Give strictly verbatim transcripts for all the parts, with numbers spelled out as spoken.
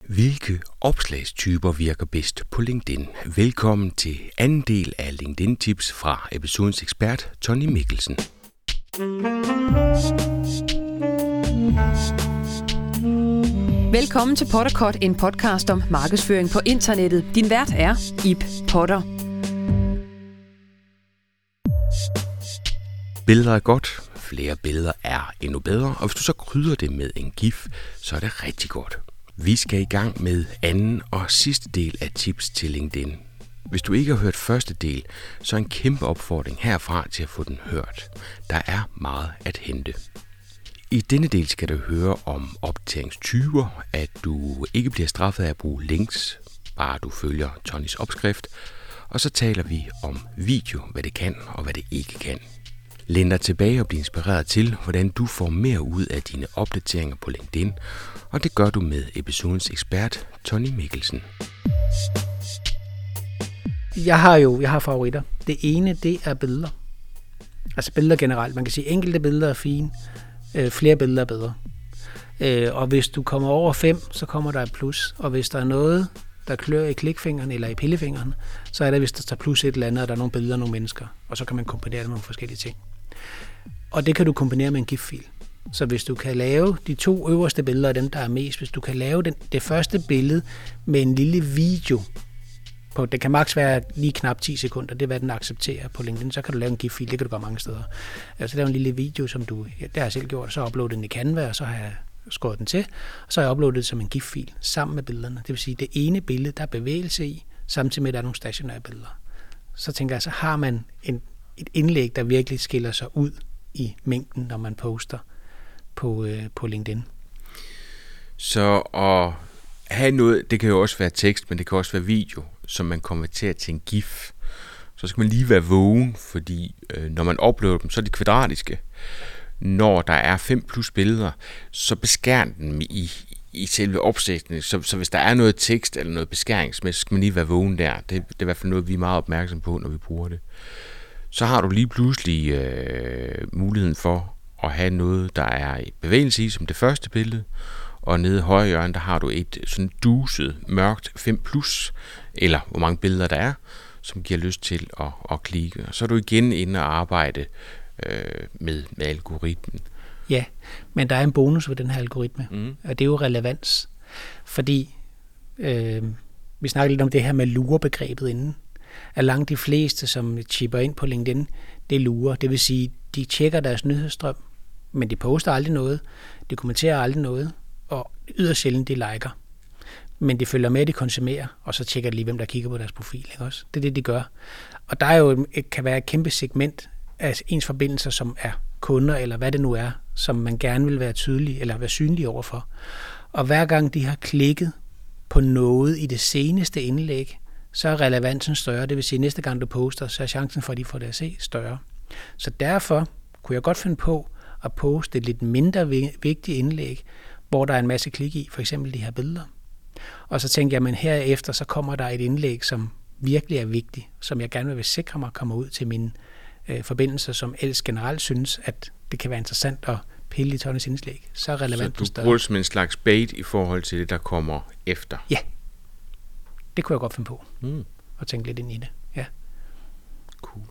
Hvilke opslagstyper virker bedst på LinkedIn? Velkommen til anden del af LinkedIn Tips fra episodens ekspert, Tony Mikkelsen. Velkommen til Potterkort, en podcast om markedsføring på internettet. Din vært er Ib Potter. Billeder er godt, flere billeder er endnu bedre, og hvis du så krydder det med en gif, så er det rigtig godt. Vi skal i gang med anden og sidste del af tips til LinkedIn. Hvis du ikke har hørt første del, så er en kæmpe opfordring herfra til at få den hørt. Der er meget at hente. I denne del skal du høre om opdateringstyper, at du ikke bliver straffet af at bruge links, bare du følger Tonys opskrift, og så taler vi om video, hvad det kan og hvad det ikke kan. Læn dig tilbage og bliv inspireret til, hvordan du får mere ud af dine opdateringer på LinkedIn, og det gør du med episodens ekspert, Tony Mikkelsen. Jeg har jo jeg har favoritter. Det ene, det er billeder. Altså billeder generelt. Man kan sige, enkelte billeder er fine, øh, flere billeder er bedre. Øh, og hvis du kommer over fem, så kommer der et plus. Og hvis der er noget, der klør i klikfingeren eller i pillefingeren, så er det, hvis der tager plus et eller andet, og der er nogle billeder af nogle mennesker. Og så kan man kombinere det med nogle forskellige ting. Og det kan du kombinere med en gif-fil. Så hvis du kan lave de to øverste billeder af dem, der er mest, hvis du kan lave den, det første billede med en lille video, på, det kan maks være lige knap ti sekunder, det er hvad den accepterer på LinkedIn, så kan du lave en gif-fil, det kan du gøre mange steder. Altså lave en lille video, som du, ja, det har jeg selv gjort, så uploadet den i Canva, og så har jeg skåret den til, og så har jeg uploadet det som en gif-fil sammen med billederne. Det vil sige, det ene billede, der er bevægelse i, samtidig med, at der er nogle stationære billeder. Så tænker jeg, så har man en, et indlæg, der virkelig skiller sig ud i mængden, når man poster på, øh, på LinkedIn. Så at have noget, det kan jo også være tekst, men det kan også være video, som man konverterer til en gif. Så skal man lige være vågen, fordi øh, når man uploader dem, så er de kvadratiske. Når der er fem plus billeder, så beskærer den i, i selve opsætningen. Så, så hvis der er noget tekst eller noget beskæringsmæssigt, så skal man lige være vågen der. Det, det er i hvert fald noget, vi er meget opmærksom på, når vi bruger det. Så har du lige pludselig øh, muligheden for at have noget, der er i bevægelse i, som det første billede. Og nede i højre hjørne, der har du et sådan duset, mørkt fem plus, eller hvor mange billeder der er, som giver lyst til at, at klikke. Og så er du igen inde og arbejde øh, med, med algoritmen. Ja, men der er en bonus ved den her algoritme, mm. og det er jo relevans. Fordi øh, vi snakker lidt om det her med lurebegrebet inden. At langt de fleste, som chipper ind på LinkedIn, det er lurer. Det vil sige, de tjekker deres nyhedsstrøm, men de poster aldrig noget, de kommenterer aldrig noget, og yderst sjældent de liker. Men de følger med, de konsumerer, og så tjekker de lige, hvem der kigger på deres profil. Ikke også? Det er det, de gør. Og der er jo et, kan være et kæmpe segment af ens forbindelser, som er kunder, eller hvad det nu er, som man gerne vil være tydelig, eller være synlig overfor. Og hver gang de har klikket på noget i det seneste indlæg, så er relevansen større. Det vil sige, at næste gang du poster, så er chancen for, at de får det at se større. Så derfor kunne jeg godt finde på at poste et lidt mindre vigtigt indlæg, hvor der er en masse klik i, for eksempel de her billeder. Og så tænker jeg, men herefter så kommer der et indlæg, som virkelig er vigtigt, som jeg gerne vil sikre mig kommer ud til mine øh, forbindelser, som ellers generelt synes, at det kan være interessant at pille i Tonys indlæg. Så er relevansen større. Så du bruger som en slags bait i forhold til det, der kommer efter? Ja. Det kunne jeg godt finde på. Mm. Og tænke lidt ind i det. Ja. Cool.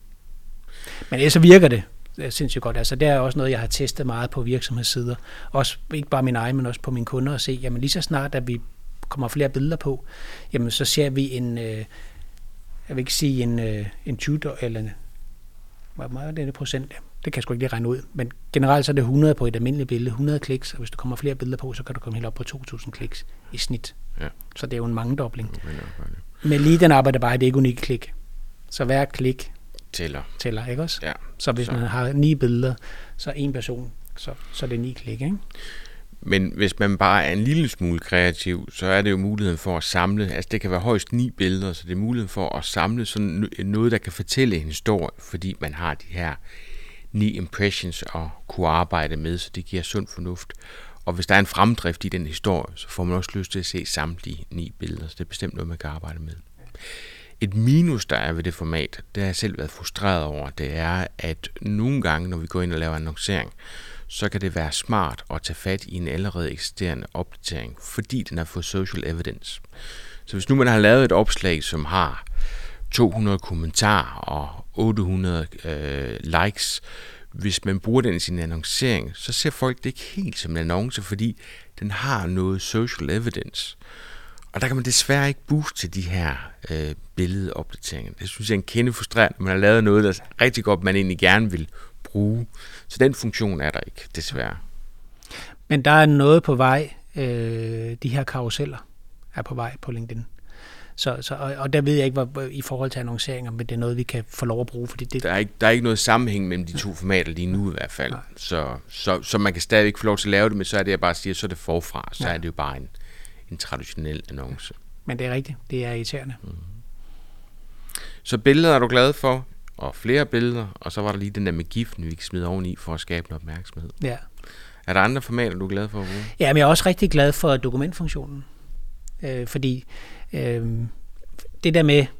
Men ellers så virker det. Det er sindssygt godt. Altså, det er også noget, jeg har testet meget på virksomhedssider. Også ikke bare min egen, men også på mine kunder at se, jamen lige så snart, at vi kommer flere billeder på, jamen så ser vi en, øh, jeg vil ikke sige en, øh, en tyve eller en, hvor meget er det procent? Det kan jeg sgu ikke lige regne ud. Men generelt så er det hundrede på et almindeligt billede, hundrede kliks, og hvis du kommer flere billeder på, så kan du komme helt op på to tusind kliks i snit. Ja. Så det er jo en mangedobling. Okay, men lige den arbejder bare, det er ikke unikke klik. Så hver klik tæller. Tæller, ikke også? Ja. Så hvis så. man har ni billeder, så en person, så, så er det ni klik, ikke? Men hvis man bare er en lille smule kreativ, så er det jo muligheden for at samle, altså det kan være højst ni billeder, så det er muligheden for at samle sådan noget, der kan fortælle en historie, fordi man har de her ni impressions at kunne arbejde med, så det giver sund fornuft. Og hvis der er en fremdrift i den historie, så får man også lyst til at se samtlige ni billeder, så det er bestemt noget, man kan arbejde med. Et minus, der er ved det format, det har jeg selv været frustreret over, det er, at nogle gange, når vi går ind og laver annoncering, så kan det være smart at tage fat i en allerede eksisterende opdatering, fordi den har fået social evidence. Så hvis nu man har lavet et opslag, som har to hundrede kommentarer og otte hundrede øh, likes, hvis man bruger den i sin annoncering, så ser folk det ikke helt som en annonce, fordi den har noget social evidence. Og der kan man desværre ikke booste til de her øh, billedopdateringer. Det synes jeg er en kende frustrerende. Man har lavet noget, der er rigtig godt, man egentlig gerne vil bruge. Så den funktion er der ikke, desværre. Men der er noget på vej. Øh, de her karuseller er på vej på LinkedIn. Så, så, og, og der ved jeg ikke, hvor, i forhold til annonceringer, men det er noget, vi kan få lov at bruge. Fordi det... der, er ikke, der er ikke noget sammenhæng mellem de to formater lige nu i hvert fald. Så, så, så man kan stadigvæk få lov til at lave det, men så er det, jeg bare siger, så er det forfra. Så ja. er det jo bare en, en traditionel annonce. Men det er rigtigt. Det er irriterende. Mm. Så billeder er du glad for, og flere billeder, og så var der lige den der med giften, vi kan smide oveni for at skabe noget opmærksomhed. Ja. Er der andre formater, du er glad for at bruge? Ja, men jeg er også rigtig glad for dokumentfunktionen. Øh, fordi øh, det der med,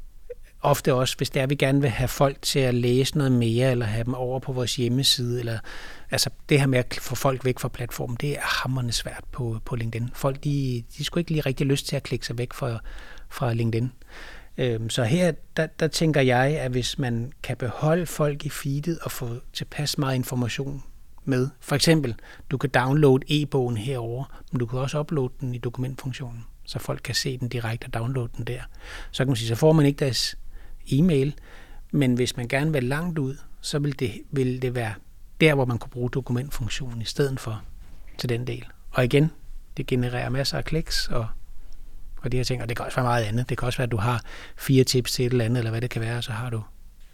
ofte også, hvis det er, vi gerne vil have folk til at læse noget mere, eller have dem over på vores hjemmeside, eller altså det her med at få folk væk fra platformen, det er hamrende svært på, på LinkedIn. Folk, de, de skulle ikke lige rigtig lyst til at klikke sig væk fra, fra LinkedIn. Øhm, så her, der, der tænker jeg, at hvis man kan beholde folk i feedet og få tilpas meget information med, for eksempel, du kan downloade e-bogen herover, men du kan også uploade den i dokumentfunktionen, så folk kan se den direkte og downloade den der. Så kan man sige, så får man ikke deres e-mail, men hvis man gerne vil langt ud, så vil det, vil det være der, hvor man kunne bruge dokumentfunktionen i stedet for til den del. Og igen, det genererer masser af kliks og, og de her ting, og det kan også være meget andet. Det kan også være, at du har fire tips til et eller andet, eller hvad det kan være, og så har du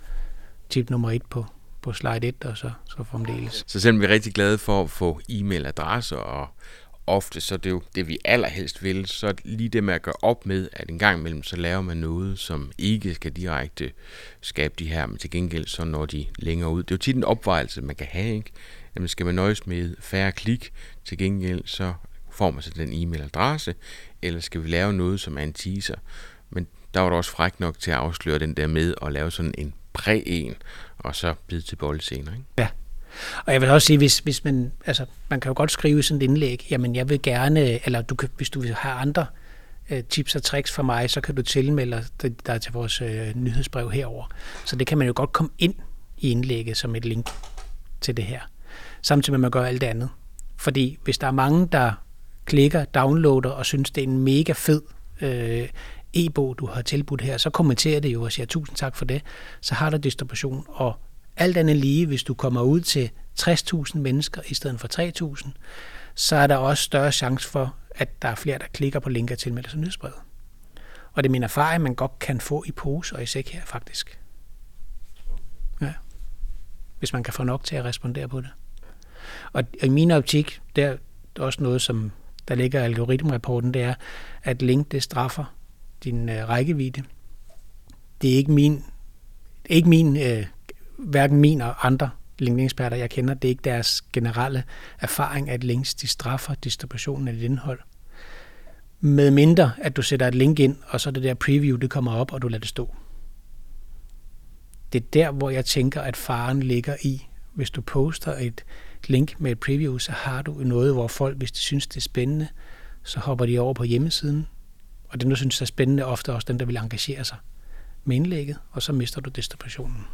tip nummer et på, på slide et, og så, så fremdeles. Så selvom vi er rigtig glade for at få e-mailadresser, og ofte så er det jo det, vi allerhelst vil, så lige det med at gøre op med, at en gang imellem, så laver man noget, som ikke skal direkte skabe de her, men til gengæld så når de længere ud. Det er jo tit en opvejelse, man kan have, ikke? Jamen skal man nøjes med færre klik, til gengæld så får man så den e-mailadresse, eller skal vi lave noget, som er en teaser? Men der var du også fræk nok til at afsløre den der med at lave sådan en præ-en, og så bide til bold senere, ikke? Ja. Og jeg vil også sige, hvis, hvis man, altså, man kan jo godt skrive sådan et indlæg, jamen jeg vil gerne, eller du kan, hvis du vil have andre øh, tips og tricks fra mig, så kan du tilmelde dig til vores øh, nyhedsbrev herover. Så det kan man jo godt komme ind i indlægget som et link til det her, samtidig med at man gør alt det andet. Fordi hvis der er mange, der klikker, downloader og synes, det er en mega fed øh, e-bog, du har tilbudt her, så kommenterer det jo og siger tusind tak for det. Så har der distribution, og alt andet lige, hvis du kommer ud til tres tusind mennesker i stedet for tre tusind, så er der også større chance for, at der er flere, der klikker på linker til med nyhedsbrevet. Og det er min erfaring, man godt kan få i pose og i sæk her, faktisk. Ja. Hvis man kan få nok til at respondere på det. Og i min optik, det er også noget, som der ligger i algoritmerapporten, det er, at link, det straffer din øh, rækkevidde. Det er ikke min, ikke min øh, hverken min og andre LinkedIn-eksperter, jeg kender, det er ikke deres generelle erfaring, at links de straffer distributionen af dit indhold. Med mindre, at du sætter et link ind, og så det der preview, det kommer op, og du lader det stå. Det er der, hvor jeg tænker, at faren ligger i. Hvis du poster et link med et preview, så har du noget, hvor folk, hvis de synes, det er spændende, så hopper de over på hjemmesiden. Og dem, der synes, det er spændende, er ofte også dem, der vil engagere sig med indlægget, og så mister du distributionen.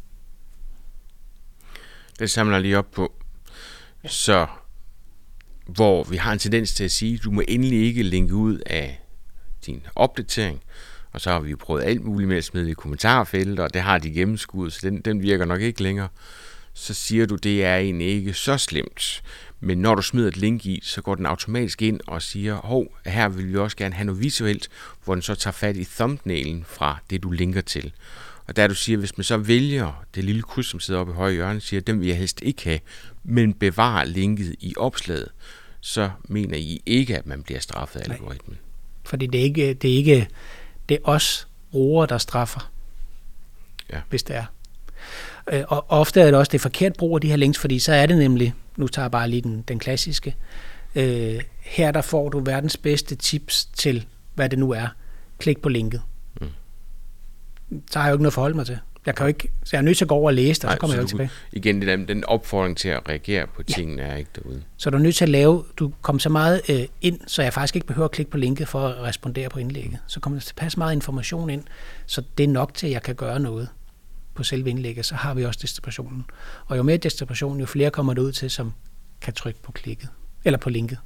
Det samler lige op på. Så hvor vi har en tendens til at sige, du må endelig ikke linke ud af din opdatering, og så har vi jo prøvet alt muligt med at smide i kommentarfelter, og det har de gennemskuddet, så den, den virker nok ikke længere. Så siger du, det er egentlig ikke så slemt. Men når du smider et link i, så går den automatisk ind og siger, hov, her vil vi også gerne have noget visuelt, hvor den så tager fat i thumbnailen fra det, du linker til. Og der du siger, hvis man så vælger det lille kryds, som sidder oppe i højre hjørne, siger, den vil jeg helst ikke have, men bevarer linket i opslaget, så mener I ikke, at man bliver straffet af algoritmen. Fordi det er ikke, det er ikke, det er os brugere, der straffer, ja. Hvis det er. Og ofte er det også det forkert brug af de her links, fordi så er det nemlig, nu tager jeg bare lige den, den klassiske, øh, her der får du verdens bedste tips til, hvad det nu er. Klik på linket. Mm. Så har jeg jo ikke noget at forholde mig til. Jeg kan jo ikke, så jeg er nødt til at gå over og læse det, og Nej, så kommer så jeg jo du, tilbage. Igen, den, den opfordring til at reagere på tingene ja. er ikke derude. Så du er nødt til at lave, du kommer så meget øh, ind, så jeg faktisk ikke behøver at klikke på linket for at respondere på indlægget. Så kommer der tilpas meget information ind, så det er nok til, at jeg kan gøre noget på selve indlægget. Så har vi også distributionen. Og jo mere distribution, jo flere kommer det ud til, som kan trykke på klikket, eller på linket.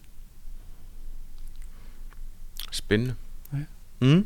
Spændende. Ja. Mm.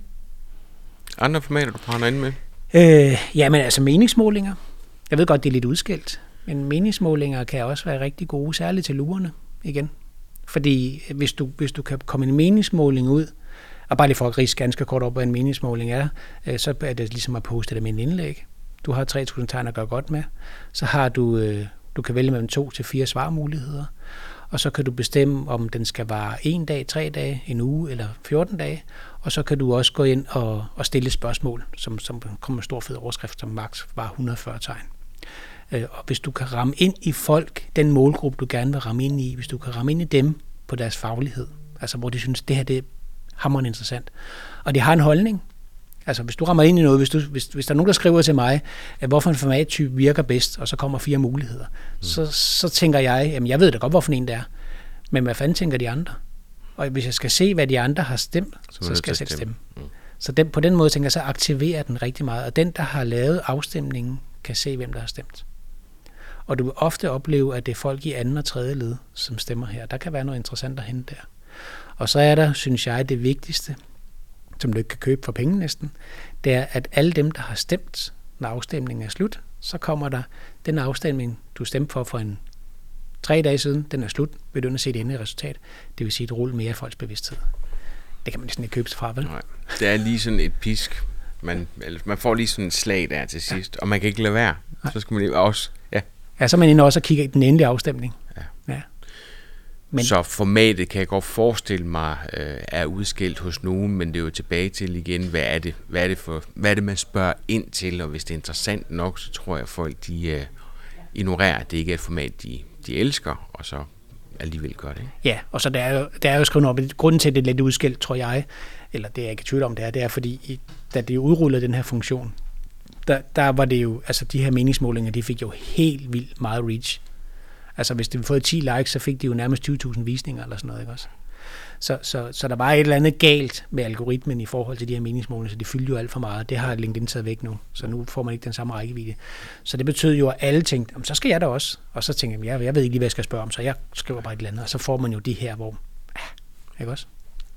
Andre formater, du brænder ind med? Øh, ja, men altså meningsmålinger. Jeg ved godt, det er lidt udskilt, men meningsmålinger kan også være rigtig gode, særligt til lurerne igen. Fordi hvis du, hvis du kan komme en meningsmåling ud, og bare lige for at ridse ganske kort op, hvad en meningsmåling er, øh, så er det ligesom at poste det med en indlæg. Du har tre tusind tegn at gøre godt med. Så har du, øh, du kan vælge mellem to til fire svarmuligheder. Og så kan du bestemme, om den skal vare en dag, tre dage, en uge eller fjorten dage. Og så kan du også gå ind og, og stille spørgsmål, som, som kommer med stor fed overskrift, som maks var et hundrede og fyrre tegn. Øh, og hvis du kan ramme ind i folk, den målgruppe, du gerne vil ramme ind i, hvis du kan ramme ind i dem på deres faglighed, altså hvor de synes, det her det er hammerende interessant, og de har en holdning. Altså hvis du rammer ind i noget, hvis, du, hvis, hvis der er nogen, der skriver til mig, at hvorfor en formattype virker bedst, og så kommer fire muligheder, mm. så, så tænker jeg, jamen jeg ved da godt, hvorfor en det er, men hvad fanden tænker de andre? Og hvis jeg skal se, hvad de andre har stemt, så, så skal jeg selv stemme. stemme. Mm. Så den, på den måde tænker jeg, så aktiverer den rigtig meget, og den, der har lavet afstemningen, kan se, hvem der har stemt. Og du vil ofte opleve, at det er folk i anden og tredje led, som stemmer her. Der kan være noget interessant at hente der. Og så er der, synes jeg, det vigtigste, som du ikke kan købe for penge næsten, det er, at alle dem, der har stemt, når afstemningen er slut, så kommer der den afstemning, du stemte for for en tre dage siden, den er slut, vil du se det endelige resultat. Det vil sige et rulle mere af folks bevidsthed. Det kan man næsten ikke købe sig fra, vel? Nej, det er lige sådan et pisk. Man, man får lige sådan en slag der til sidst, ja. Og man kan ikke lade være. Nej. Så skal man lige også... Ja, ja så er man inde også og kigger i den endelige afstemning. Ja. Ja. Men, så formatet kan jeg godt forestille mig øh, er udskilt hos nogen, men det er jo tilbage til igen, hvad er det, hvad er det, for, hvad er det man spørger ind til, og hvis det er interessant nok, så tror jeg, at folk de, øh, ignorerer, at det ikke er et format, de, de elsker, og så alligevel gør det. Ikke? Ja, og så der er jo, der er jo skrevet op, grunden til, at det er lidt udskilt, tror jeg, eller det er jeg ikke i tvivl om, det er, det er fordi, da det udrullede den her funktion, der, der var det jo, altså de her meningsmålinger, de fik jo helt vildt meget reach. Altså hvis de fået ti likes, så fik de jo nærmest tyve tusind visninger eller sådan noget, ikke også? Så, så, så der var et eller andet galt med algoritmen i forhold til de her meningsmålinger, så de fyldte jo alt for meget. Det har LinkedIn taget væk nu, så nu får man ikke den samme rækkevidde. Så det betød jo, at alle tænkte, så skal jeg da også. Og så tænkte jeg, jeg ved ikke lige, hvad jeg skal spørge om, så jeg skriver bare et eller andet, og så får man jo de her, hvor... Ja, ikke også?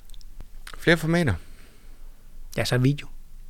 Flere formater? Ja, så video.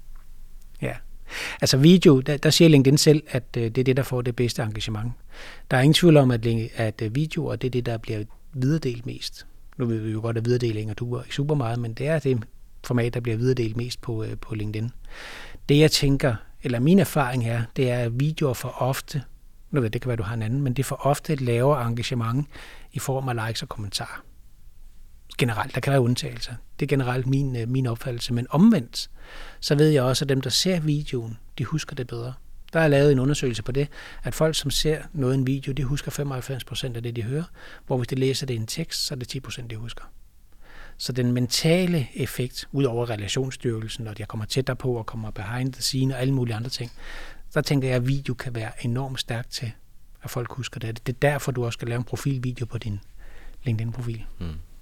Ja. Altså video, der, der siger LinkedIn selv, at øh, det er det, der får det bedste engagement. Der er ingen tvivl om, at, at videoer, det er det, der bliver videredelt mest. Nu ved vi jo godt, at videredelinger duer ikke super meget, men det er det format, der bliver videredelt mest på, øh, på LinkedIn. Det jeg tænker, eller min erfaring er, det er, at videoer for ofte, nu ved jeg, det kan være, du har en anden, men det er for ofte et lavere engagement i form af likes og kommentarer. Generelt, der kan være undtagelser. Det er generelt min, øh, min opfattelse, men omvendt, så ved jeg også, at dem, der ser videoen, de husker det bedre. Der er lavet en undersøgelse på det, at folk, som ser noget i en video, de husker femoghalvfems procent af det, de hører, hvor hvis de læser det i en tekst, så er det ti procent, de husker. Så den mentale effekt, ud over relationsstyrkelsen, når jeg kommer tættere på og kommer behind the scene og alle mulige andre ting, så tænker jeg, at video kan være enormt stærkt til, at folk husker det. Det er derfor, du også skal lave en profilvideo på din LinkedIn-profil. Mm.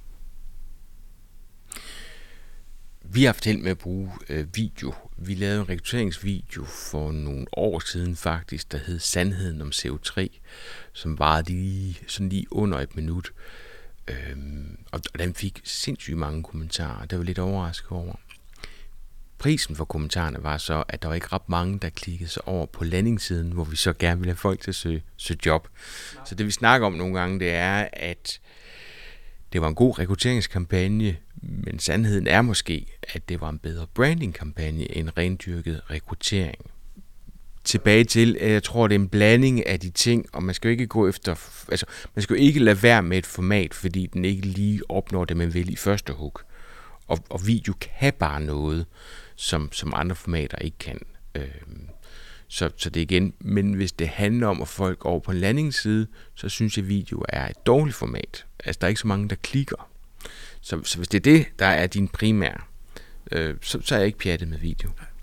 Vi har haft held med at bruge øh, video. Vi lavede en rekrutteringsvideo for nogle år siden faktisk, der hed Sandheden om C O tre, som varede lige, sådan lige under et minut. Øhm, og, og den fik sindssygt mange kommentarer. Det var lidt overrasket over. Prisen for kommentarerne var så, at der var ikke ret mange, der klikkede sig over på landingssiden, hvor vi så gerne ville have folk til at søge, søge job. Så det vi snakker om nogle gange, det er, at det var en god rekrutteringskampagne, men sandheden er måske, at det var en bedre brandingkampagne end rendyrket rekruttering. Tilbage til, at jeg tror, det er en blanding af de ting, og man skal jo ikke gå efter, altså man skal jo ikke lade være med et format, fordi den ikke lige opnår det, man vil i første hug. Og, og video kan bare noget, som, som andre formater ikke kan. Øhm, så, så det er igen, men hvis det handler om at folk over på en landingsside, så synes jeg, at video er et dårligt format. Altså, der er ikke så mange, der klikker. Så, så hvis det er det, der er din primære, øh, så, så er jeg ikke pjattet med video.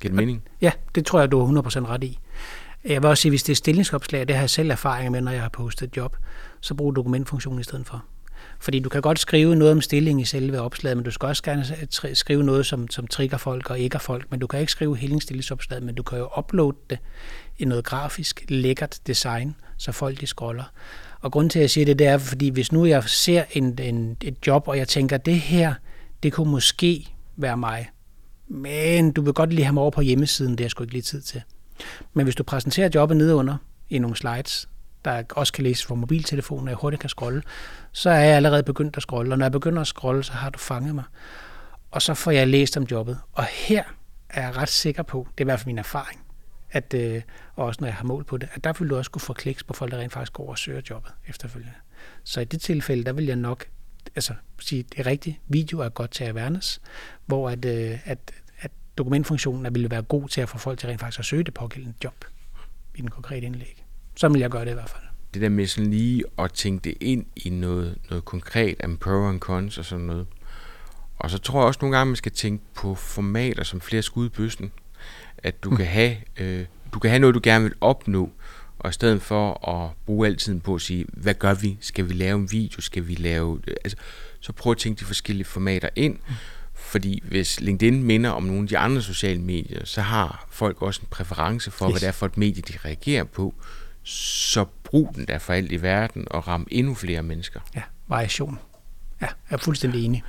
Giver det mening? Ja, det tror jeg, du har hundrede procent ret i. Jeg vil også sige, hvis det er stillingsopslag, det har jeg selv erfaringer med, når jeg har postet et job, så brug dokumentfunktionen i stedet for. Fordi du kan godt skrive noget om stilling i selve opslaget, men du skal også gerne skrive noget, som, som trigger folk og ikke er folk. Men du kan ikke skrive hele stillingsopslaget, men du kan jo uploade det i noget grafisk, lækkert design, så folk de scroller. Og grunden til, at jeg siger det, det er, fordi hvis nu jeg ser en, en, et job, og jeg tænker, det her, det kunne måske være mig, men du vil godt lige have mig over på hjemmesiden, det har jeg sgu ikke lige tid til. Men hvis du præsenterer jobbet nedenunder i nogle slides, der også kan læses fra mobiltelefonen, og jeg hurtigt kan scrolle, så er jeg allerede begyndt at scrolle. Og når jeg begynder at scrolle, så har du fanget mig. Og så får jeg læst om jobbet. Og her er jeg ret sikker på, det er i hvert fald min erfaring, at, øh, og også når jeg har mål på det, at der vil du også kunne få kliks på folk, der rent faktisk går og søger jobbet efterfølgende. Så i det tilfælde, der vil jeg nok altså, sige, det er rigtigt, video er godt til awareness, hvor at, øh, at, at dokumentfunktionen ville være god til at få folk til rent faktisk at søge det pågældende job i den konkrete indlæg. Så vil jeg gøre det i hvert fald. Det der med sådan lige at tænke det ind i noget, noget konkret, en pro and cons og sådan noget. Og så tror jeg også nogle gange, man skal tænke på formater som flere skud i bøssen. At du, mm. kan have, øh, du kan have noget, du gerne vil opnå, og i stedet for at bruge al tiden på at sige, hvad gør vi? Skal vi lave en video? Skal vi lave... Altså, så prøv at tænke de forskellige formater ind. Mm. Fordi hvis LinkedIn minder om nogle af de andre sociale medier, så har folk også en præference for, yes. hvad det er for et medie, de reagerer på. Så brug den der for alt i verden og ram endnu flere mennesker. Ja, variation. Ja, jeg er fuldstændig enig.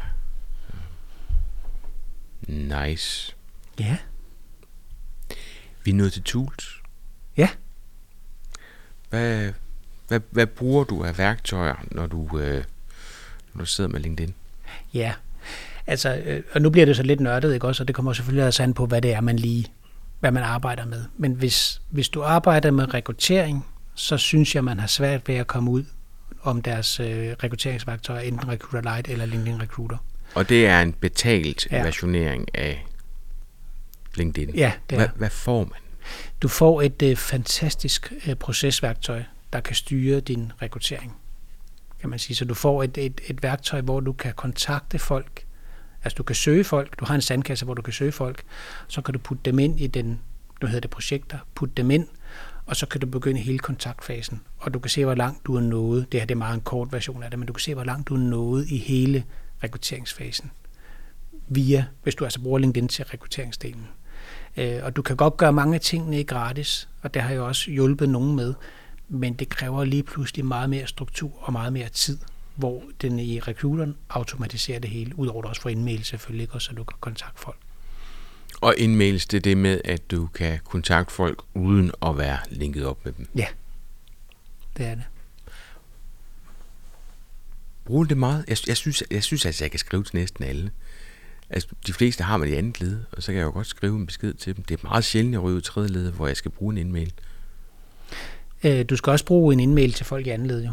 Nice. Ja. Vi er nået til tools. Ja. Hvad, hvad, hvad bruger du af værktøjer, når du, øh, når du sidder med LinkedIn? Ja, altså, øh, og nu bliver det så lidt nørdet, ikke også? Og det kommer selvfølgelig også an på, hvad det er, man lige, hvad man arbejder med. Men hvis, hvis du arbejder med rekruttering, så synes jeg, man har svært ved at komme ud om deres øh, rekrutteringsværktøjer, enten Recruiter Lite eller LinkedIn Recruiter. Og det er en betalt ja. versionering af LinkedIn. Ja, det er. Hvad, hvad får man? Du får et øh, fantastisk øh, procesværktøj, der kan styre din rekruttering, kan man sige. Så du får et, et, et værktøj, hvor du kan kontakte folk. Altså du kan søge folk. Du har en sandkasse, hvor du kan søge folk. Så kan du putte dem ind i den, nu hedder det projekter, putte dem ind, og så kan du begynde hele kontaktfasen. Og du kan se, hvor langt du er nået. Det her det er meget en kort version af det, men du kan se, hvor langt du er nået i hele rekrutteringsfasen. Via, hvis du altså bruger LinkedIn til rekrutteringsdelen. Og du kan godt gøre mange af tingene gratis, og det har jeg også hjulpet nogen med, men det kræver lige pludselig meget mere struktur og meget mere tid, hvor den i recruiteren automatiserer det hele, udover at også få indmail selvfølgelig, så du kan kontakte folk. Og indmails, det er det med, at du kan kontakte folk uden at være linket op med dem? Ja, det er det. Bruger det meget? Jeg, jeg, synes, jeg synes altså, jeg kan skrive til næsten alle. Altså, de fleste har man i andet led, og så kan jeg jo godt skrive en besked til dem. Det er meget sjældent, at ryge ud i tredje led, hvor jeg skal bruge en e-mail. Øh, du skal også bruge en e-mail til folk i andet led, jo.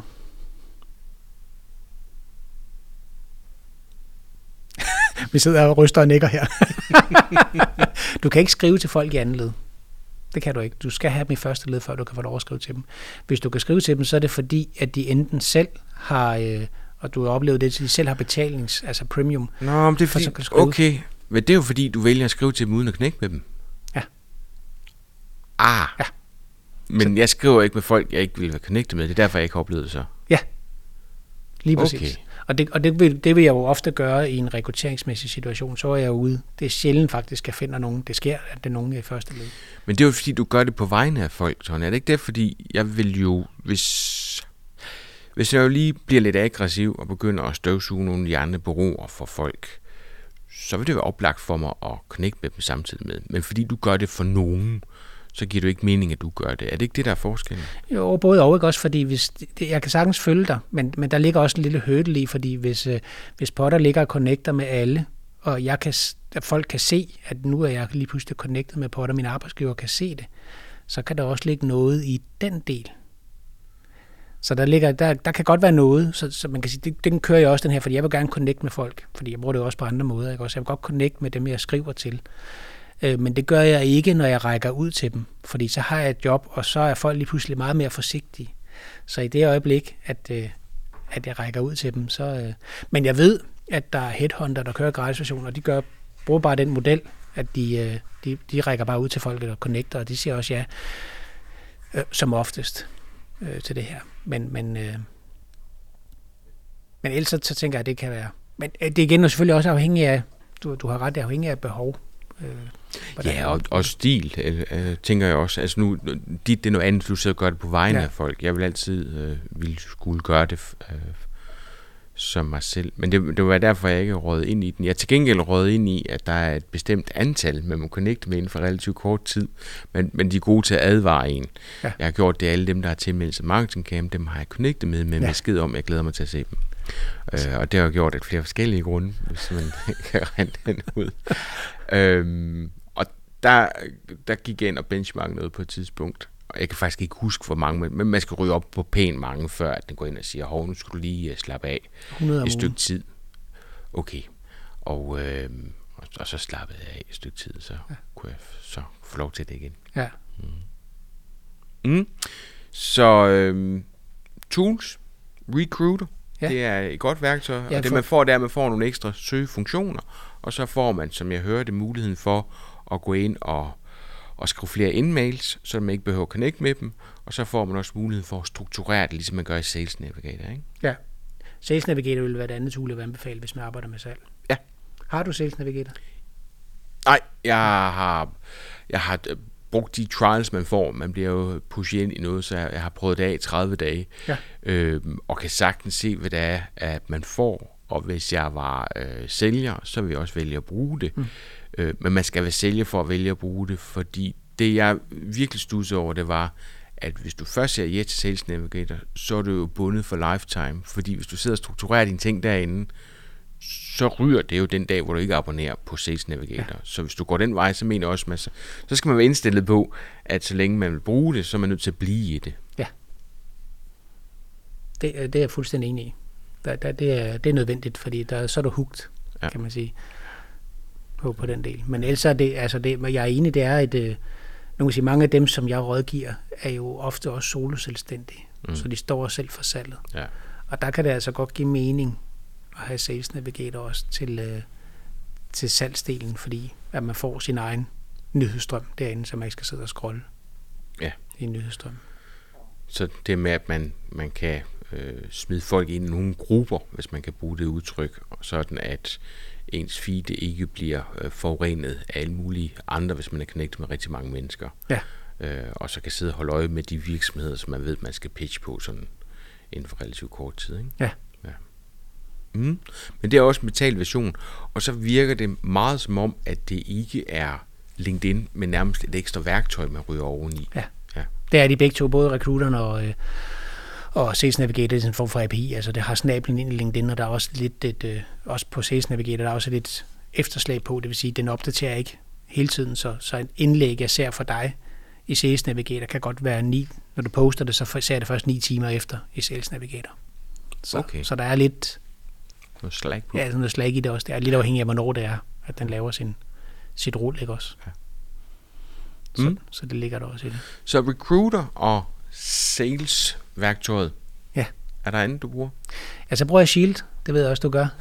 Vi sidder og ryster og nikker her. Du kan ikke skrive til folk i andet led. Det kan du ikke. Du skal have dem i første led, før du kan få lov at skrive til dem. Hvis du kan skrive til dem, så er det fordi, at de enten selv har... Øh, og du har oplevet det, at de selv har betalings, altså premium. Nå, men det er fordi, okay, men det er jo fordi, du vælger at skrive til dem uden at knække med dem. Ja. Ah. Ja. Men jeg skriver ikke med folk, jeg ikke vil være connectet med. Det er derfor, jeg ikke har oplevet det så. Ja, lige præcis. Okay. Og, det, og det, vil, det vil jeg jo ofte gøre i en rekrutteringsmæssig situation. Så er jeg ude. Det er sjældent faktisk, at jeg finder nogen. Det sker, at det er nogen i første led. Men det er jo fordi, du gør det på vegne af folk, Tony. Er det ikke det, fordi jeg vil jo, hvis... Hvis jeg jo lige bliver lidt aggressiv og begynder at støvsuge nogle af de andre bureauer for folk, så vil det være oplagt for mig at connecte med dem samtidig med. Men fordi du gør det for nogen, så giver det ikke mening, at du gør det. Er det ikke det, der er forskellen? Jo, både og ikke også, fordi hvis, det, jeg kan sagtens følge dig, men, men der ligger også en lille hurdle i, fordi hvis, øh, hvis Potter ligger og connecter med alle, og jeg kan, at folk kan se, at nu er jeg lige pludselig connectet med Potter, min arbejdsgiver kan se det, så kan der også ligge noget i den del. Så der, ligger, der, der kan godt være noget, så, så man kan sige, det, den kører jeg også den her, fordi jeg vil gerne connecte med folk, fordi jeg bruger det også på andre måder, ikke? Også jeg vil godt connecte med dem, jeg skriver til. Øh, men det gør jeg ikke, når jeg rækker ud til dem, fordi så har jeg et job, og så er folk lige pludselig meget mere forsigtige. Så i det øjeblik, at, øh, at jeg rækker ud til dem, så... Øh, men jeg ved, at der er headhunter, der kører gratisversioner, og de gør bruger bare den model, at de, øh, de, de rækker bare ud til folk og connecter, og de siger også ja, øh, som oftest øh, til det her. Men, men, øh, men ellers så, så tænker jeg, at det kan være... Men det er igen selvfølgelig også afhængigt af, du, du har ret, det er afhængigt af behov. Øh, ja, og, og stil, øh, øh, tænker jeg også. Altså nu, dit det er noget andet, du sidder og gør det på vegne ja. af folk. Jeg vil altid øh, ville skulle gøre det øh, som mig selv. Men det, det var derfor, jeg ikke råd ind i den. Jeg er til gengæld råd ind i, at der er et bestemt antal, man må connecte med inden for relativt kort tid. Men, men de er gode til at advare en. Ja. Jeg har gjort det, alle dem, der har tilmeldt sig Marketing Camp, dem har jeg connectet med, med ja. besked om, jeg glæder mig til at se dem. Øh, og det har gjort et flere forskellige grunde, hvis man kan regne den ud. øhm, og der, der gik jeg ind og benchmarkede noget på et tidspunkt. Og jeg kan faktisk ikke huske, hvor mange, men man skal ryge op på pænt mange, før at den går ind og siger, hov, nu skal du lige slappe af et stykke tid. Okay. Og, øh, og, og så slappede jeg af et stykke tid, så ja. kunne jeg så få lov til det igen. Ja. Mm. Mm. Så øh, tools, Recruiter, ja. det er et godt værktøj, ja, og det for... man får, det er, at man får nogle ekstra søgefunktioner, og så får man, som jeg hørte, muligheden for at gå ind og og skrive flere indmails, så man ikke behøver at connecte med dem, og så får man også muligheden for at strukturere det, ligesom man gør i Sales Navigator, ikke? Ja. Sales Navigator vil være et andet tool, jeg vil anbefale, hvis man arbejder med salg. Ja. Har du Sales Navigator? Nej, jeg har, jeg har brugt de trials, man får. Man bliver jo pushet ind i noget, så jeg har prøvet det af i tredive dage, ja. øhm, og kan sagtens se, hvad det er, at man får. Og hvis jeg var øh, sælger, så vil jeg også vælge at bruge det. Mm. Øh, men man skal være sælger for at vælge at bruge det, fordi det, jeg virkelig studsede over, det var, at hvis du først siger ja til Sales Navigator, så er du jo bundet for lifetime. Fordi hvis du sidder og strukturerer dine ting derinde, så ryger det jo den dag, hvor du ikke abonnerer på Sales Navigator. Ja. Så hvis du går den vej, så mener jeg også, man så, så skal man være indstillet på, at så længe man vil bruge det, så er man nødt til at blive i det. Ja. Det, det er jeg fuldstændig enig i. Der, der, det, er, det er nødvendigt, fordi der, så er du hugt, ja. kan man sige, på, på den del. Men ellers er det, altså det, jeg er enig, det er et, øh, nu kan sige, mange af dem, som jeg rådgiver, er jo ofte også soloselvstændige, mm. så de står selv for salget. Ja. Og der kan det altså godt give mening at have Sales Navigator også til, øh, til salgsdelen, fordi at man får sin egen nyhedsstrøm derinde, så man ikke skal sidde og scrolle ja. i en nyhedsstrøm. Så det med, at man, man kan øh, smide folk ind i nogle grupper, hvis man kan bruge det udtryk, sådan at ens feed ikke bliver øh, forurenet af alle mulige andre, hvis man er connectet med rigtig mange mennesker. Ja. Øh, og så kan sidde og holde øje med de virksomheder, som man ved, man skal pitche på sådan inden for relativt kort tid. Ikke? Ja. ja. Mm. Men det er også en betalt version, og så virker det meget som om, at det ikke er LinkedIn, men nærmest et ekstra værktøj, man ryger oveni. Ja. Ja. Det er de begge to, både recruiteren og, øh, og Sales Navigator, det er en form for A P I, altså det har snablen ind i LinkedIn, og der er også lidt, et, øh, også på Sales Navigator, der er også lidt efterslag på, det vil sige, den opdaterer ikke hele tiden, så, så et indlæg, jeg ser for dig i Sales Navigator, kan godt være ni, når du poster det, så ser det først ni timer efter i Sales Navigator. Så, okay. så der er lidt noget slag på. Ja, sådan noget slag i det også. Det er lidt afhængigt af, hvornår det er, at den laver sin, sit rul, ikke også? Ja. Så, mm. så det ligger der også i det. Så recruiter og sales-værktøjet, ja. Er der andet, du bruger? Ja, så bruger jeg Shield. Det ved jeg også, du gør.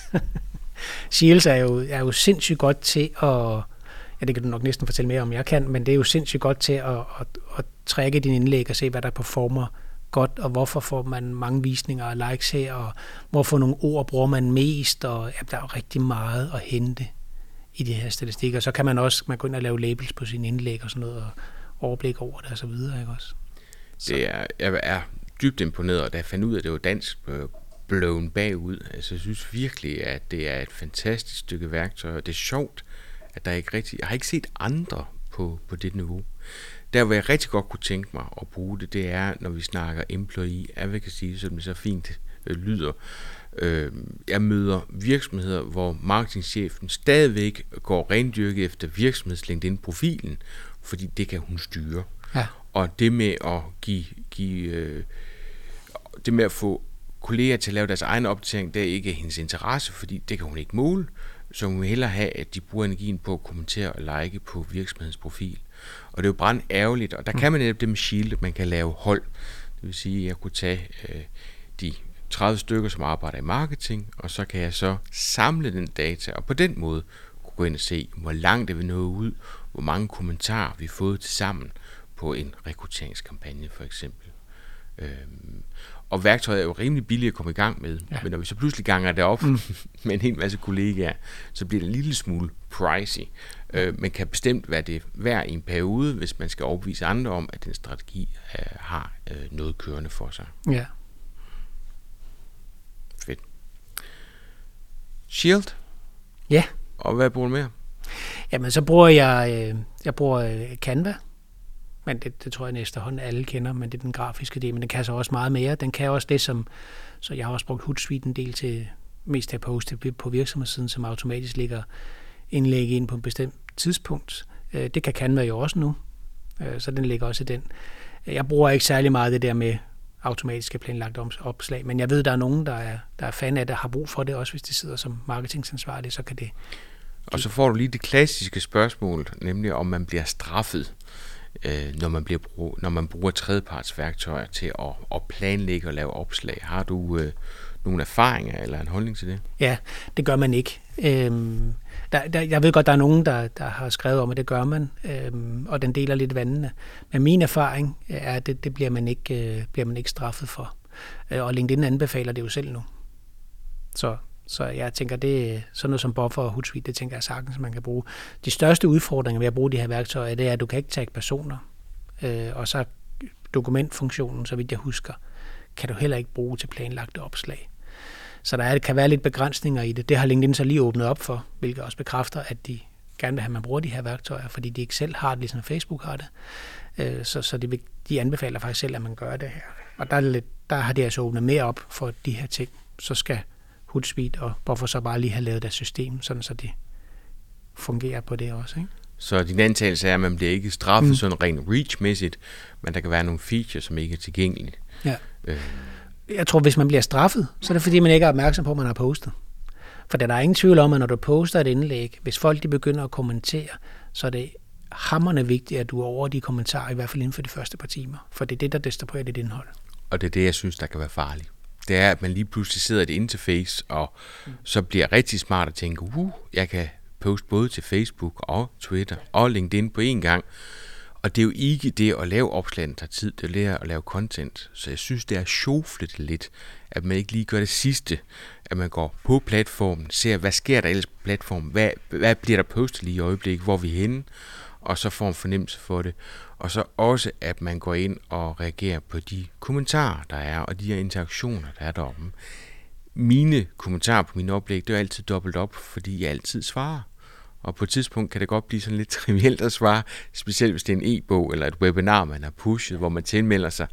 Shield er jo, er jo sindssygt godt til at... Ja, det kan du nok næsten fortælle mere om, jeg kan, men det er jo sindssygt godt til at, at, at trække dine indlæg og se, hvad der performer godt, og hvorfor får man mange visninger og likes her, og hvorfor nogle ord bruger man mest, og ja, der er jo rigtig meget at hente i de her statistikker. Så kan man også man gå ind og lave labels på sine indlæg og sådan noget, og overblik over det og så videre, ikke også? Så. Det er, jeg er dybt imponeret, og da jeg fandt ud af, at det var dansk blown bagud, altså jeg synes virkelig, at det er et fantastisk stykke værktøj, og det er sjovt, at der ikke rigtig, jeg har ikke set andre på, på det niveau. Der, hvor jeg rigtig godt kunne tænke mig at bruge det, det er, når vi snakker employee advocacy, som det så fint øh, lyder. Øh, jeg møder virksomheder, hvor marketingchefen stadigvæk går rendyrket efter virksomheds LinkedIn-profilen, fordi det kan hun styre. Ja. Og det med at give, give øh, det med at få kolleger til at lave deres egen opdatering, det er ikke hendes interesse, fordi det kan hun ikke måle. Så hun vil hellere have, at de bruger energien på at kommentere og like på virksomhedens profil. Og det er jo brand ærgerligt, og der kan man netop det med Shield, at man kan lave hold. Det vil sige, at jeg kunne tage øh, de tredive stykker, som arbejder i marketing, og så kan jeg så samle den data, og på den måde kunne gå gå ind og se, hvor langt er vi nået ud, hvor mange kommentarer vi har fået til sammen på en rekrutteringskampagne for eksempel. Øhm, og værktøjet er jo rimelig billigt at komme i gang med, ja. Men når vi så pludselig ganger det op mm. med en hel masse kollegaer, så bliver det en lille smule pricey, øh, men kan bestemt være det værd i en periode, hvis man skal overbevise andre om, at den strategi øh, har øh, noget kørende for sig. Ja. Fedt. Shield? Ja. Og hvad bruger du mere? Jamen, så bruger jeg, øh, jeg bruger øh, Canva. Men det, det tror jeg næste hånd alle kender, men det er den grafiske del, men den kan så også meget mere. Den kan også det, som, så jeg har også brugt Hootsuite en del til mest til at poste på virksomhedssiden, som automatisk lægger indlæg ind på et bestemt tidspunkt. Det kan Canva jo også nu, så den ligger også i den. Jeg bruger ikke særlig meget det der med automatisk planlagt opslag, men jeg ved, der er nogen, der er, der er fan af det, har brug for det, også hvis de sidder som marketingansvarlige, så kan det. Og så får du lige det klassiske spørgsmål, nemlig om man bliver straffet, når man, bliver brug, når man bruger tredjepartsværktøjer til at, at planlægge og lave opslag. Har du øh, nogle erfaringer eller en holdning til det? Ja, det gør man ikke. Øhm, der, der, jeg ved godt, der er nogen, der, der har skrevet om, at det gør man, øhm, og den deler lidt vandene. Men min erfaring er, at det, det bliver, man ikke, øh, bliver man ikke straffet for. Øh, og LinkedIn anbefaler det jo selv nu. Så Så jeg tænker, det er sådan noget som Buffer og Hootsuite, det tænker jeg sagtens, man kan bruge. De største udfordringer ved at bruge de her værktøjer, det er, at du kan ikke tagge personer. Øh, og så dokumentfunktionen, så vidt jeg husker, kan du heller ikke bruge til planlagte opslag. Så der er, kan være lidt begrænsninger i det. Det har LinkedIn så lige åbnet op for, hvilket også bekræfter, at de gerne vil have, at man bruger de her værktøjer, fordi de ikke selv har det, ligesom Facebook har det. Øh, så så de, de anbefaler faktisk selv, at man gør det her. Og der, er lidt, der har de altså åbnet mere op for de her ting. Så skal Hootsuite og Buffer så bare lige have lavet deres system, sådan så det fungerer på det også, ikke? Så din antagelse er, at man bliver ikke straffet mm. sådan rent reach-mæssigt, men der kan være nogle features, som ikke er tilgængelige. Ja. Øh. Jeg tror, hvis man bliver straffet, så er det fordi, man ikke er opmærksom på, at man har postet. For der er ingen tvivl om, at når du poster et indlæg, hvis folk de begynder at kommentere, så er det hamrende vigtigt, at du er over de kommentarer, i hvert fald inden for de første par timer. For det er det, der distribuerer dit indhold. Og det er det, jeg synes, der kan være farligt. Det er, at man lige pludselig sidder i et interface, og mm. så bliver rigtig smart at tænke, uh, jeg kan poste både til Facebook og Twitter og LinkedIn på én gang. Og det er jo ikke det at lave opslag, der tager tid, det er det at lave content. Så jeg synes, det er sjoflet lidt, at man ikke lige gør det sidste, at man går på platformen, ser, hvad sker der ellers på platformen, hvad, hvad bliver der postet lige i øjeblikket, hvor vi er henne, og så får en fornemmelse for det. Og så også, at man går ind og reagerer på de kommentarer, der er, og de her interaktioner, der er deroppe. Mine kommentarer på mine oplæg, det er altid dobbelt op, fordi jeg altid svarer. Og på et tidspunkt kan det godt blive sådan lidt trivielt at svare, specielt hvis det er en e-bog eller et webinar, man har pushet, hvor man tilmelder sig.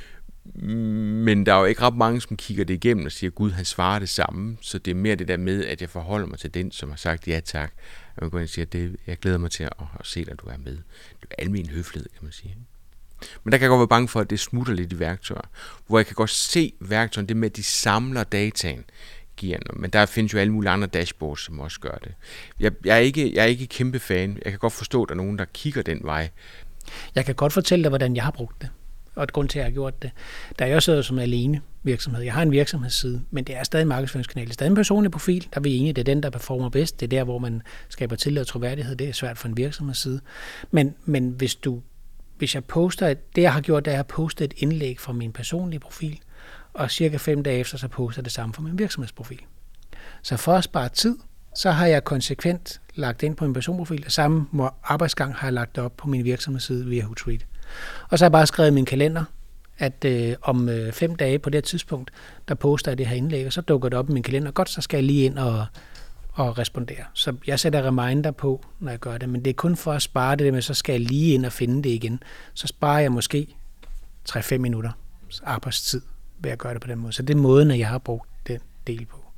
Men der er jo ikke ret mange, som kigger det igennem og siger, gud, han svarer det samme. Så det er mere det der med, at jeg forholder mig til den, som har sagt ja tak. Og man går ind og siger, at jeg glæder mig til at, at se, at du er med. Det er almen høflighed, kan man sige. Men der kan jeg godt være bange for, at det smutter lidt i værktøjer. Hvor jeg kan godt se værktøjen, det med, at de samler dataen, giver noget. Men der findes jo alle mulige andre dashboards, som også gør det. Jeg, jeg, er ikke, jeg er ikke kæmpe fan. Jeg kan godt forstå, at der er nogen, der kigger den vej. Jeg kan godt fortælle dig, hvordan jeg har brugt det. Og et grund til, at jeg har gjort det. Der er jeg også som alene virksomhed. Jeg har en virksomhedsside, men det er stadig en markedsføringskanal. Det er stadig en personlig profil. Der er vi enige, det er den, der performer bedst. Det er der, hvor man skaber tillid og troværdighed. Det er svært for en virksomhedsside. Men, men hvis du, hvis jeg poster, det jeg har gjort, det er, at jeg har postet et indlæg fra min personlige profil, og cirka fem dage efter, så poster det samme fra min virksomhedsprofil. Så for at spare tid, så har jeg konsekvent lagt ind på min personprofil, og samme arbejdsgang har jeg lagt op på min virksomhedsside via Hootsuite. Og så har jeg bare skrevet i min kalender, at øh, om øh, fem dage på det tidspunkt, der poster jeg det her indlæg, og så dukker det op i min kalender. Godt, så skal jeg lige ind og, og respondere. Så jeg sætter reminder på, når jeg gør det, men det er kun for at spare det med, så skal jeg lige ind og finde det igen. Så sparer jeg måske tre til fem minutter arbejdstid ved at gøre det på den måde. Så det er måden, at jeg har brugt den del på.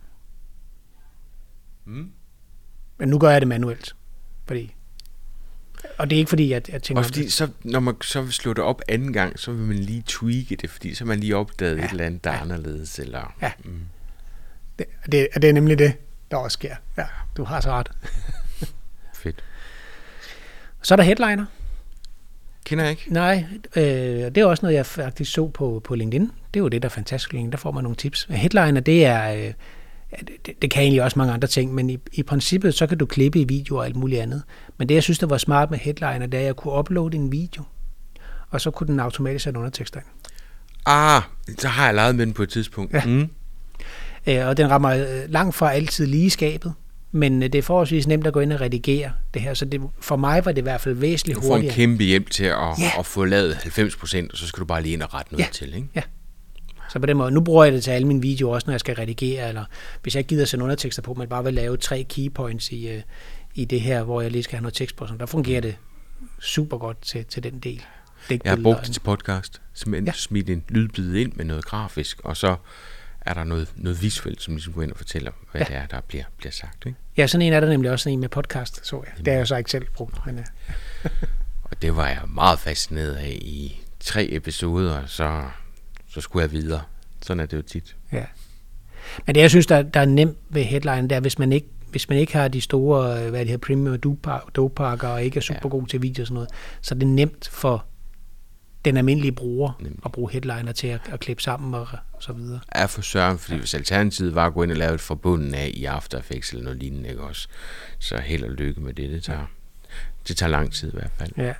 Mm. Men nu gør jeg det manuelt, fordi og det er ikke fordi, jeg, jeg tænker... Og fordi, så, når man så slår det op anden gang, så vil man lige tweake det, fordi så har man lige opdaget ja, et eller andet, der ja. er anderledes. Eller, ja, mm. det, det, det er nemlig det, der også sker. Ja, du har så ret. Fedt. Så er der headliner. Kender jeg ikke? Nej, øh, det er også noget, jeg faktisk så på, på LinkedIn. Det er jo det, der er fantastisk. Der får man nogle tips. Headliner, det er, øh, ja, det, det kan egentlig også mange andre ting, men i, i princippet, så kan du klippe i video og alt muligt andet. Men det, jeg synes, der var smart med Headliner, det er, at jeg kunne uploade en video, og så kunne den automatisk sætte undertekster ind. Ah, så har jeg leget med den på et tidspunkt. Ja. Mm. Øh, og den rammer langt fra altid lige i skabet, men det er forholdsvis nemt at gå ind og redigere det her, så det, for mig var det i hvert fald væsentligt hurtigere. Du får en kæmpe hjælp til at, ja. at få lavet halvfems procent, og så skal du bare lige ind og rette noget ja. til, ikke? Ja. Så på den måde, nu bruger jeg det til alle mine videoer, også når jeg skal redigere, eller hvis jeg ikke gider sende undertekster på, men bare vil lave tre keypoints i, i det her, hvor jeg lige skal have noget tekst på, så der fungerer det super godt til, til den del. Jeg har brugt det til podcast, simpelthen ja. smidt en lydbid ind med noget grafisk, og så er der noget, noget visuelt, som ligesom går ind og fortæller, hvad ja. det er, der bliver, bliver sagt. Ikke? Ja, sådan en er der nemlig også, sådan en med podcast, så jeg. Det har jeg så ikke selv brugt. Men, ja. Og det var jeg meget fascineret af i tre episoder, så, så skulle jeg videre. Sådan er det jo tit. Ja. Men det, jeg synes, der, der er nemt ved Headline, det er, hvis man ikke, hvis man ikke har de store, hvad det her, premium dopakker, og ikke er super ja. god til video og sådan noget, så er det nemt for den almindelige bruger Nemlig. at bruge Headliner til at, at klippe sammen og, og så videre. Ja, for søren, fordi ja. hvis alternativet var at gå ind og lave et forbundet af i After Effects eller noget lignende, ikke også, så held og lykke med det. Det tager, ja. det tager lang tid i hvert fald. Ja.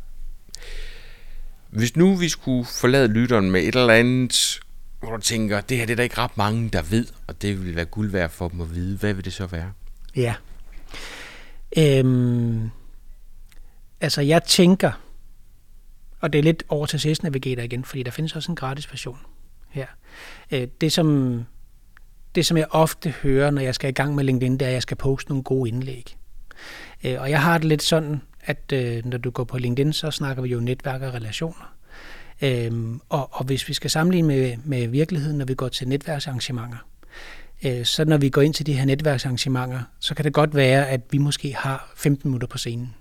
Hvis nu vi skulle forlade lytteren med et eller andet, hvor du tænker, det her det er der ikke ret mange, der ved, og det vil være guld værd for dem at vide, hvad vil det så være? Ja. Øhm, altså, jeg tænker, og det er lidt over til C S Navigator igen, fordi der findes også en gratis version her. Øh, det, som, det, som jeg ofte hører, når jeg skal i gang med LinkedIn, det er, at jeg skal poste nogle gode indlæg. Øh, og jeg har det lidt sådan, at øh, når du går på LinkedIn, så snakker vi jo netværk og relationer. Øhm, og, og hvis vi skal sammenligne med, med virkeligheden, når vi går til netværksarrangementer, øh, så når vi går ind til de her netværksarrangementer, så kan det godt være, at vi måske har femten minutter på scenen.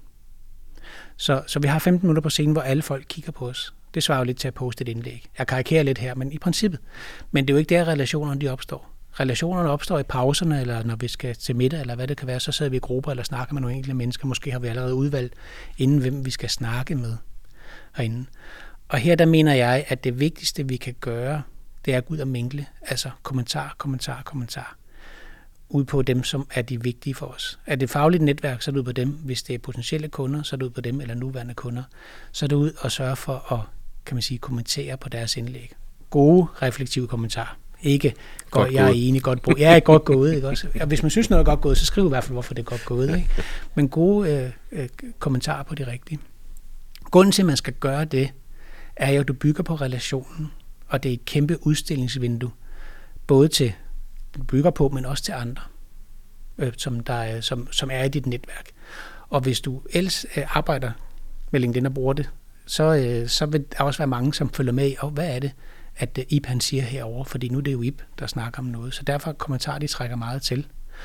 Så, så vi har femten minutter på scenen, hvor alle folk kigger på os. Det svarer jo lidt til at poste et indlæg. Jeg karikerer lidt her, men i princippet. Men det er jo ikke der, relationerne de opstår. Relationerne opstår i pauserne, eller når vi skal til middag, eller hvad det kan være, så sidder vi i grupper eller snakker med nogle enkelte mennesker. Måske har vi allerede udvalgt, inden hvem vi skal snakke med herinde. Og her der mener jeg, at det vigtigste, vi kan gøre, det er at gå ud og mingle. Altså kommentar, kommentar, kommentar. Ud på dem, som er de vigtige for os. Er det fagligt netværk, så er det ud på dem. Hvis det er potentielle kunder, så er det ud på dem, eller nuværende kunder. Så er det ud og sørge for at, kan man sige, kommentere på deres indlæg. Gode, reflektive kommentarer. Ikke, godt, godt jeg er enig, godt brugt. Jeg er godt gået, ikke også? Og hvis man synes noget er godt gået, så skriv i hvert fald, hvorfor det er godt gået. Ikke? Men gode øh, øh, kommentarer på det rigtige. Grunden til, at man skal gøre det, er jo, at du bygger på relationen, og det er et kæmpe udstillingsvindue, både til du bygger på, men også til andre, øh, som, der er, som, som er i dit netværk. Og hvis du ellers øh, arbejder med LinkedIn og bruger det, så, øh, så vil der også være mange, som følger med i, og hvad er det, at øh, Ib han siger herover, fordi nu er det jo Ib, der snakker om noget. Så derfor kommentarer, de trækker meget til.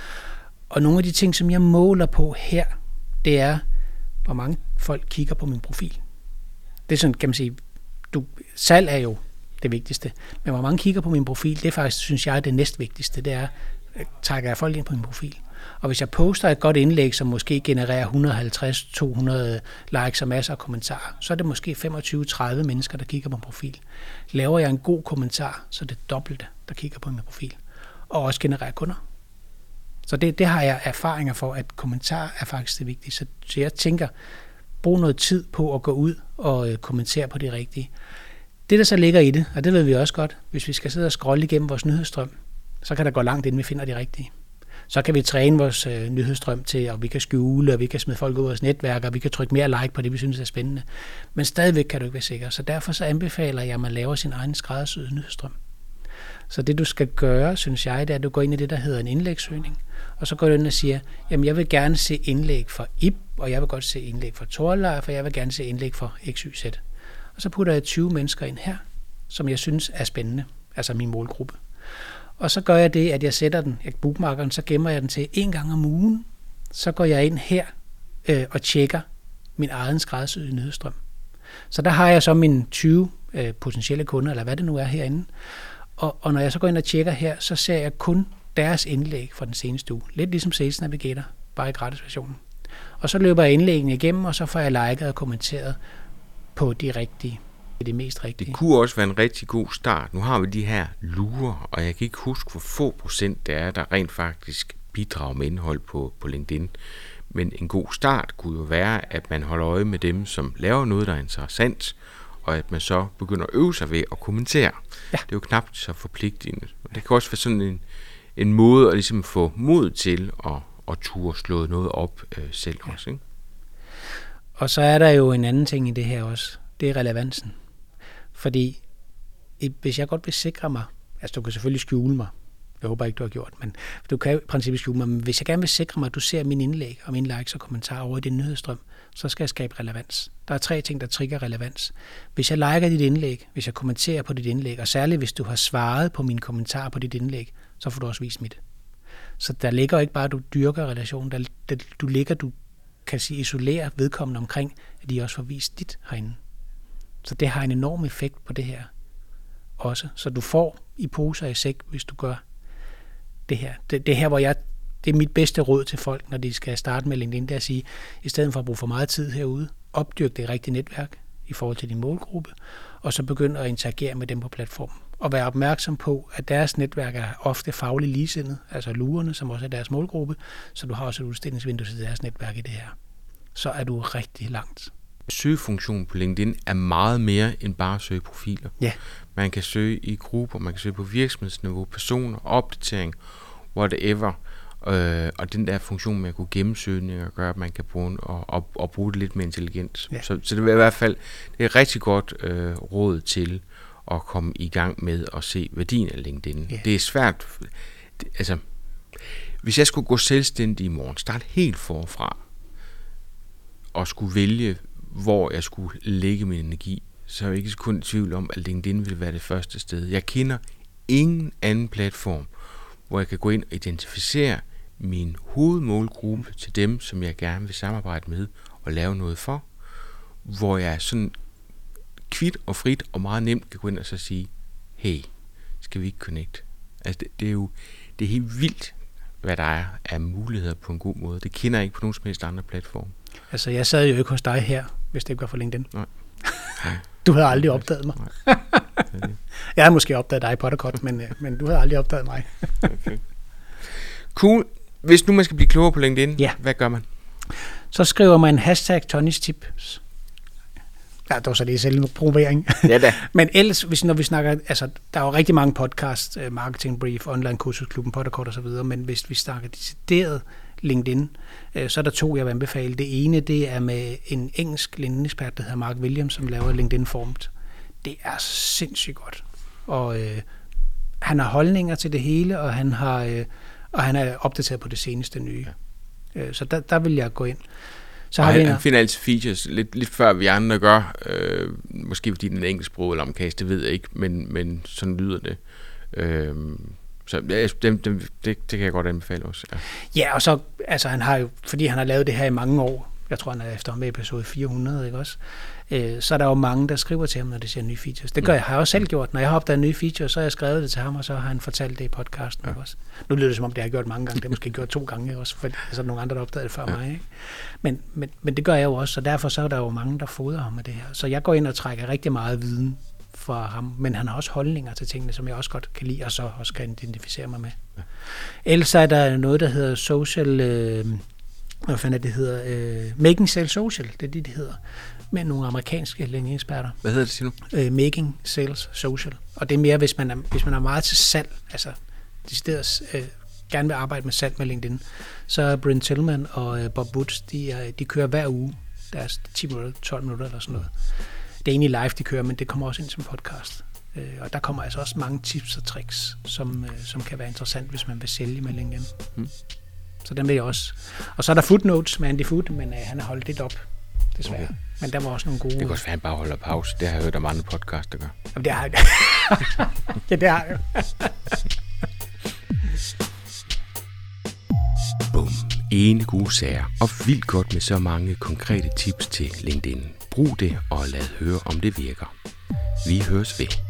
Og nogle af de ting, som jeg måler på her, det er, hvor mange folk kigger på min profil. Det er sådan, kan man sige, du, salg er jo det vigtigste. Men hvor mange kigger på min profil, det er faktisk, synes jeg, det næstvigtigste. Det er, trækker jeg folk ind på min profil. Og hvis jeg poster et godt indlæg, som måske genererer et hundrede og halvtreds til to hundrede likes og masser af kommentarer, så er det måske femogtyve til tredive mennesker, der kigger på min profil. Laver jeg en god kommentar, så er det dobbelte, der kigger på min profil. Og også genererer kunder. Så det, det har jeg erfaringer for, at kommentar er faktisk det vigtige. Så, så jeg tænker, brug noget tid på at gå ud og øh, kommentere på det rigtige. Det, der så ligger i det, og det ved vi også godt, hvis vi skal sidde og scrolle igennem vores nyhedsstrøm, så kan der gå langt, inden vi finder de rigtige. Så kan vi træne vores øh, nyhedsstrøm til, og vi kan skjule, og vi kan smide folk ud af vores netværk, og vi kan trykke mere like på det, vi synes er spændende. Men stadigvæk kan du ikke være sikker. Så derfor så anbefaler jeg, at man laver sin egen skræddersyede nyhedsstrøm. Så det, du skal gøre, synes jeg, det er, at du går ind i det, der hedder en indlægssøgning, og så går du ind og siger, jamen jeg vil gerne se indlæg for Ib, og jeg vil godt se indlæg for Torleif, for jeg vil gerne se indlæg for X Y Z. Og så putter jeg tyve mennesker ind her, som jeg synes er spændende, altså min målgruppe. Og så gør jeg det, at jeg sætter den, jeg bookmarker den, så gemmer jeg den til en gang om ugen. Så går jeg ind her øh, og tjekker min egen skræddersyede nyhedsstrøm. Så der har jeg så mine tyve øh, potentielle kunder, eller hvad det nu er herinde. Og, og når jeg så går ind og tjekker her, så ser jeg kun deres indlæg fra den seneste uge. Lidt ligesom Sales Navigator, bare i gratisversionen. Og så løber jeg indlæggene igennem, og så får jeg liket og kommenteret på de rigtige. er det mest rigtige. Det kunne også være en rigtig god start. Nu har vi de her lurer, og jeg kan ikke huske, hvor få procent det er, der rent faktisk bidrager med indhold på, på LinkedIn. Men en god start kunne jo være, at man holder øje med dem, som laver noget, der er interessant, og at man så begynder at øve sig ved at kommentere. Ja. Det er jo knap så forpligtende. Det kan også være sådan en, en måde at ligesom få mod til at, at turde slå noget op øh, selv ja. også. Ikke? Og så er der jo en anden ting i det her også. Det er relevansen. Fordi hvis jeg godt vil sikre mig, altså du kan selvfølgelig skjule mig, jeg håber ikke, du har gjort, men du kan i princippet skjule mig, men hvis jeg gerne vil sikre mig, at du ser mine indlæg og mine likes og kommentarer over i din nyhedsstrøm, så skal jeg skabe relevans. Der er tre ting, der trigger relevans. Hvis jeg liker dit indlæg, hvis jeg kommenterer på dit indlæg, og særligt hvis du har svaret på mine kommentarer på dit indlæg, så får du også vist mit. Så der ligger ikke bare, at du dyrker relationen, der, der, du ligger, du kan sige, isolere vedkommende omkring, at de også får vist dit herinde. Så det har en enorm effekt på det her også. Så du får i poser i sæk, hvis du gør det her. Det, det her, hvor jeg, det er mit bedste råd til folk, når de skal starte med LinkedIn, det er at sige, i stedet for at bruge for meget tid herude, opdyrk det rigtige netværk i forhold til din målgruppe, og så begynd at interagere med dem på platformen. Og være opmærksom på, at deres netværk er ofte fagligt ligesindet, altså lurerne, som også er deres målgruppe, så du har også et udstillingsvindue til deres netværk i det her. Så er du rigtig langt. Søgefunktionen på LinkedIn er meget mere end bare at søge profiler. Ja. Man kan søge i grupper, man kan søge på virksomhedsniveau, personer, opdatering, whatever. Øh, og den der funktion med at kunne gemme søgninger gør, at man kan bruge, og, og, og bruge det lidt mere intelligent. Ja. Så, så det er i hvert fald det er et rigtig godt øh, råd til at komme i gang med at se værdien af LinkedIn. Ja. Det er svært. Det, altså, hvis jeg skulle gå selvstændig i morgen, starte helt forfra, og skulle vælge, hvor jeg skulle lægge min energi, så er jeg ikke kun i tvivl om, at LinkedIn vil være det første sted. Jeg kender ingen anden platform, hvor jeg kan gå ind og identificere min hovedmålgruppe til dem, som jeg gerne vil samarbejde med og lave noget for, hvor jeg sådan kvit og frit og meget nemt kan gå ind og så sige, hey, skal vi ikke connect? Altså det, det er jo det er helt vildt, hvad der er af muligheder på en god måde. Det kender jeg ikke på nogen som helst andre platform. Altså, jeg sad jo ikke hos dig her, hvis det ikke var for LinkedIn. Nej. Nej. Du havde aldrig opdaget mig. Jeg har måske opdaget dig i Potterkort, men, men du havde aldrig opdaget mig. Okay. Cool. Hvis nu man skal blive klogere på LinkedIn, ja. Hvad gør man? Så skriver man hashtag Tonys tips. Ja, det var så det selv provering. Ja da. Men ellers, hvis, når vi snakker, altså, der er jo rigtig mange podcasts, Marketing Brief, Online Kursusklubben, Potterkort og så videre, men hvis vi snakker decideret LinkedIn, så er der to, jeg vil anbefale. Det ene, det er med en engelsk LinkedIn-ekspert, der hedder Mark Williams, som laver LinkedIn Formed. Det er sindssygt godt. Og øh, han har holdninger til det hele, og han har øh, og han er opdateret på det seneste nye. Ja. Øh, så der, der vil jeg gå ind. Så og har han, vi han finder altid features lidt, lidt før vi andre gør. Øh, måske fordi den er engelsksproget eller omkast, det ved jeg ikke, men, men sådan lyder det. Øh, Så ja, det, det, det kan jeg godt anbefale også. Ja, ja og så, altså han har jo, fordi han har lavet det her i mange år, jeg tror han er efter med episode fire hundrede, ikke også? Øh, så er der jo mange, der skriver til ham, når de ser nye features. Det gør jeg, har jeg også selv gjort. Når jeg har opdaget nye features, så har jeg skrevet det til ham, og så har han fortalt det i podcasten. Ja. Også. Nu lyder det som om, det har jeg gjort mange gange. Det har måske gjort to gange også, for så er nogle andre, der opdagede det før ja. mig. Ikke? Men, men, men det gør jeg jo også, så derfor så er der jo mange, der fodrer ham med det her. Så jeg går ind og trækker rigtig meget viden fra ham, men han har også holdninger til tingene, som jeg også godt kan lide, og så også kan identificere mig med. Ja. Ellers er der noget, der hedder social, øh, hvad fanden det hedder, øh, Making Sales Social, det er det, det hedder, med nogle amerikanske LinkedIn-eksperter. Hvad hedder det, siger du? Øh, Making Sales Social, og det er mere, hvis man er, hvis man er meget til salg, altså de steder øh, gerne vil arbejde med salg med LinkedIn, så er Brent Tillman og øh, Bob Woods, de, er, de kører hver uge, deres ti minutter, tolv minutter eller sådan noget. Det er egentlig live, de kører, men det kommer også ind som podcast. Øh, og der kommer altså også mange tips og tricks, som, øh, som kan være interessant, hvis man vil sælge med LinkedIn. Mm. Så den vil jeg også. Og så er der Footnotes med Andy Foot, men øh, han har holdt lidt op, desværre. Okay. Men der var også nogle gode... Det kan også være, han bare holder pause. Det har jeg hørt om andre podcasts, der gør. Jamen, det har jeg. Ja, det har jeg. Bum. Ene gode sager, og vildt godt med så mange konkrete tips til LinkedIn. Brug det og lad høre, om det virker. Vi høres ved.